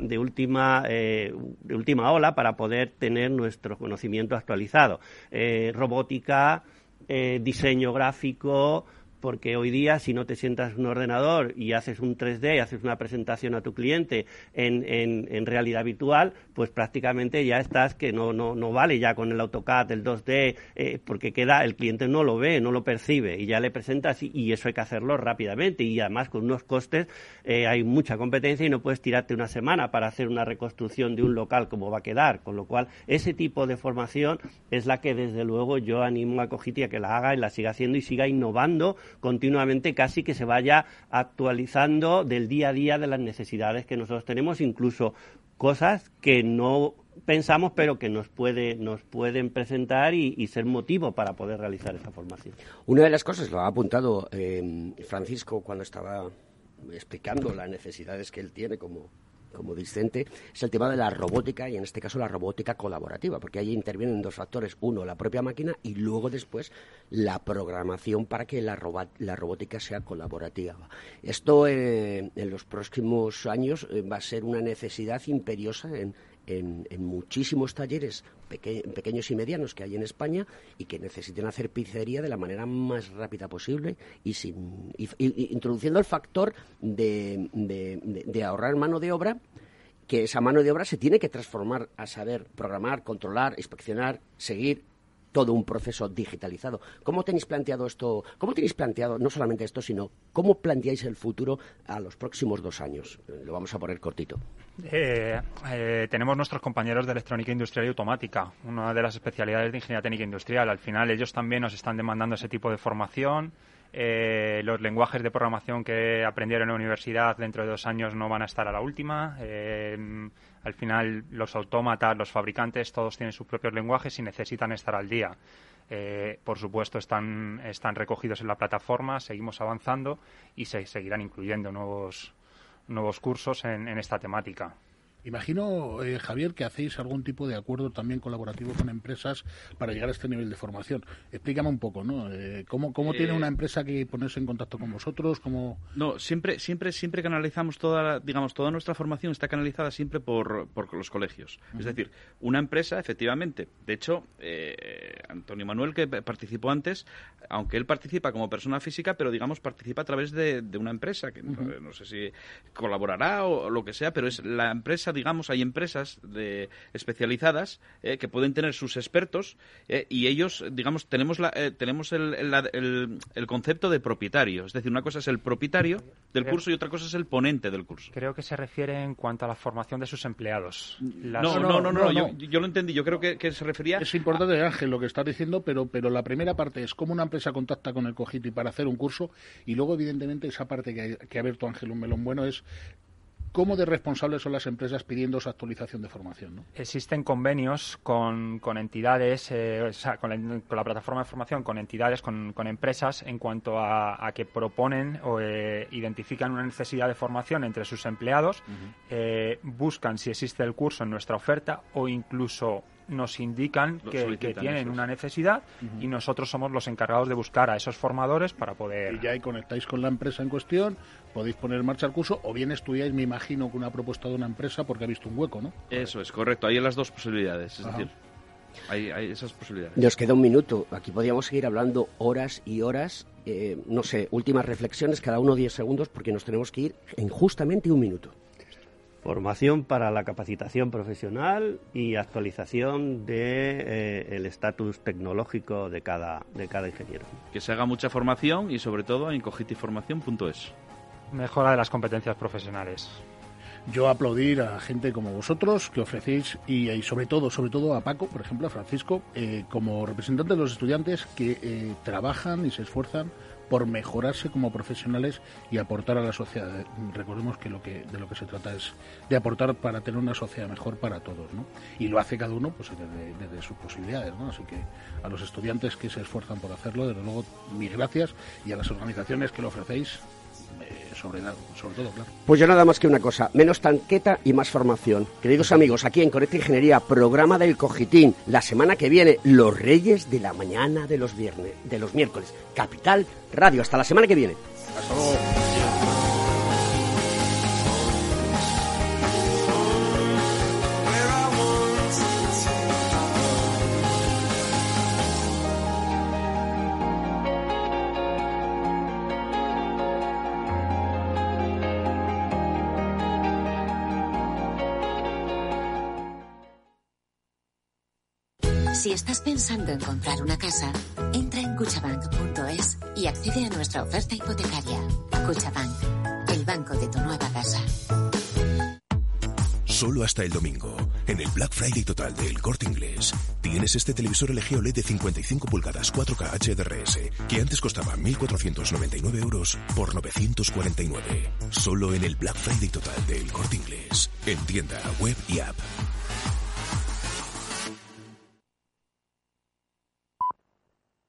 ola para poder tener nuestro conocimiento actualizado. Robótica, diseño gráfico, porque hoy día, si no te sientas en un ordenador y haces un 3D, haces una presentación a tu cliente en realidad virtual, pues prácticamente ya estás, que no vale ya con el AutoCAD, el 2D, porque el cliente no lo ve, no lo percibe, y ya le presentas, y eso hay que hacerlo rápidamente, y además con unos costes, hay mucha competencia y no puedes tirarte una semana para hacer una reconstrucción de un local como va a quedar, con lo cual ese tipo de formación es la que desde luego yo animo a Cogiti a que la haga y la siga haciendo y siga innovando continuamente, casi que se vaya actualizando del día a día de las necesidades que nosotros tenemos, incluso cosas que no pensamos pero que nos pueden presentar y ser motivo para poder realizar esa formación. Una de las cosas, lo ha apuntado Francisco cuando estaba explicando las necesidades que él tiene como como discente, es el tema de la robótica, y en este caso la robótica colaborativa, porque ahí intervienen dos factores: uno, la propia máquina, y luego después la programación para que la robótica sea colaborativa. Esto en los próximos años va a ser una necesidad imperiosa en muchísimos talleres pequeños y medianos que hay en España, y que necesiten hacer pizzería de la manera más rápida posible, y introduciendo el factor de ahorrar mano de obra, que esa mano de obra se tiene que transformar a saber programar, controlar, inspeccionar, seguir todo un proceso digitalizado. ¿Cómo tenéis planteado esto? ¿Cómo tenéis planteado no solamente esto, sino cómo planteáis el futuro a los próximos 2 años? Lo vamos a poner cortito. Tenemos nuestros compañeros de electrónica industrial y automática, una de las especialidades de ingeniería técnica industrial. Al final ellos también nos están demandando ese tipo de formación. Los lenguajes de programación que aprendieron en la universidad dentro de 2 años no van a estar a la última. Al final los autómatas, los fabricantes, todos tienen sus propios lenguajes y necesitan estar al día. Por supuesto están recogidos en la plataforma, seguimos avanzando y se seguirán incluyendo nuevos cursos en esta temática. Imagino, Javier, que hacéis algún tipo de acuerdo también colaborativo con empresas para llegar a este nivel de formación. Explícame un poco, ¿no? ¿Cómo tiene una empresa que ponerse en contacto con vosotros? No, siempre canalizamos toda nuestra formación está canalizada siempre por los colegios. Uh-huh. Es decir, una empresa, efectivamente. De hecho, Antonio Manuel, que participó antes, aunque él participa como persona física, pero participa a través de una empresa, que uh-huh. no sé si colaborará o lo que sea, pero es la empresa. Hay empresas especializadas que pueden tener sus expertos y ellos, tenemos el concepto de propietario. Es decir, una cosa es el propietario del curso y otra cosa es el ponente del curso. Creo que se refiere en cuanto a la formación de sus empleados. No. Yo lo entendí. Yo creo que se refería... Es importante, Ángel, lo que estás diciendo, pero la primera parte es cómo una empresa contacta con el Cogiti para hacer un curso, y luego, evidentemente, esa parte que ha abierto Ángel un melón bueno es... ¿Cómo de responsables son las empresas pidiendo esa actualización de formación, ¿no? Existen convenios con entidades, con la plataforma de formación, con entidades, con empresas, en cuanto a que proponen o identifican una necesidad de formación entre sus empleados, uh-huh. Buscan si existe el curso en nuestra oferta, o incluso nos indican que tienen una necesidad, uh-huh. y nosotros somos los encargados de buscar a esos formadores para poder... Y ya ahí conectáis con la empresa en cuestión, podéis poner en marcha el curso, o bien estudiáis, me imagino, con una propuesta de una empresa porque ha visto un hueco, ¿no? Eso es, correcto. Hay las dos posibilidades, es decir, hay esas posibilidades. Nos queda un minuto. Aquí podríamos seguir hablando horas y horas. No sé, últimas reflexiones, cada uno 10 segundos, porque nos tenemos que ir en justamente 1 minuto. Formación para la capacitación profesional y actualización del estatus tecnológico de cada ingeniero. Que se haga mucha formación y sobre todo en cogitiformación.es. Mejora de las competencias profesionales. Yo aplaudir a gente como vosotros que ofrecéis, y sobre todo a Paco, por ejemplo, a Francisco, como representantes de los estudiantes que trabajan y se esfuerzan por mejorarse como profesionales y aportar a la sociedad. Recordemos que de lo que se trata es de aportar para tener una sociedad mejor para todos, ¿no? Y lo hace cada uno pues desde sus posibilidades, ¿no? Así que a los estudiantes que se esfuerzan por hacerlo, desde luego, mil gracias, y a las organizaciones que lo ofrecéis, sobre todo, claro. Pues yo nada más que una cosa, menos tanqueta y más formación. Queridos amigos, aquí en Conecta Ingeniería, programa del Cogitín, la semana que viene, los Reyes de la Mañana de los miércoles, Capital Radio. Hasta la semana que viene. Hasta luego. Si estás pensando en comprar una casa, entra en cuchabank.es y accede a nuestra oferta hipotecaria. Cuchabank, el banco de tu nueva casa. Solo hasta el domingo, en el Black Friday total de El Corte Inglés, tienes este televisor LG OLED de 55 pulgadas 4K HDRS, que antes costaba 1.499 euros por 949. Solo en el Black Friday total de El Corte Inglés, en tienda, web y app.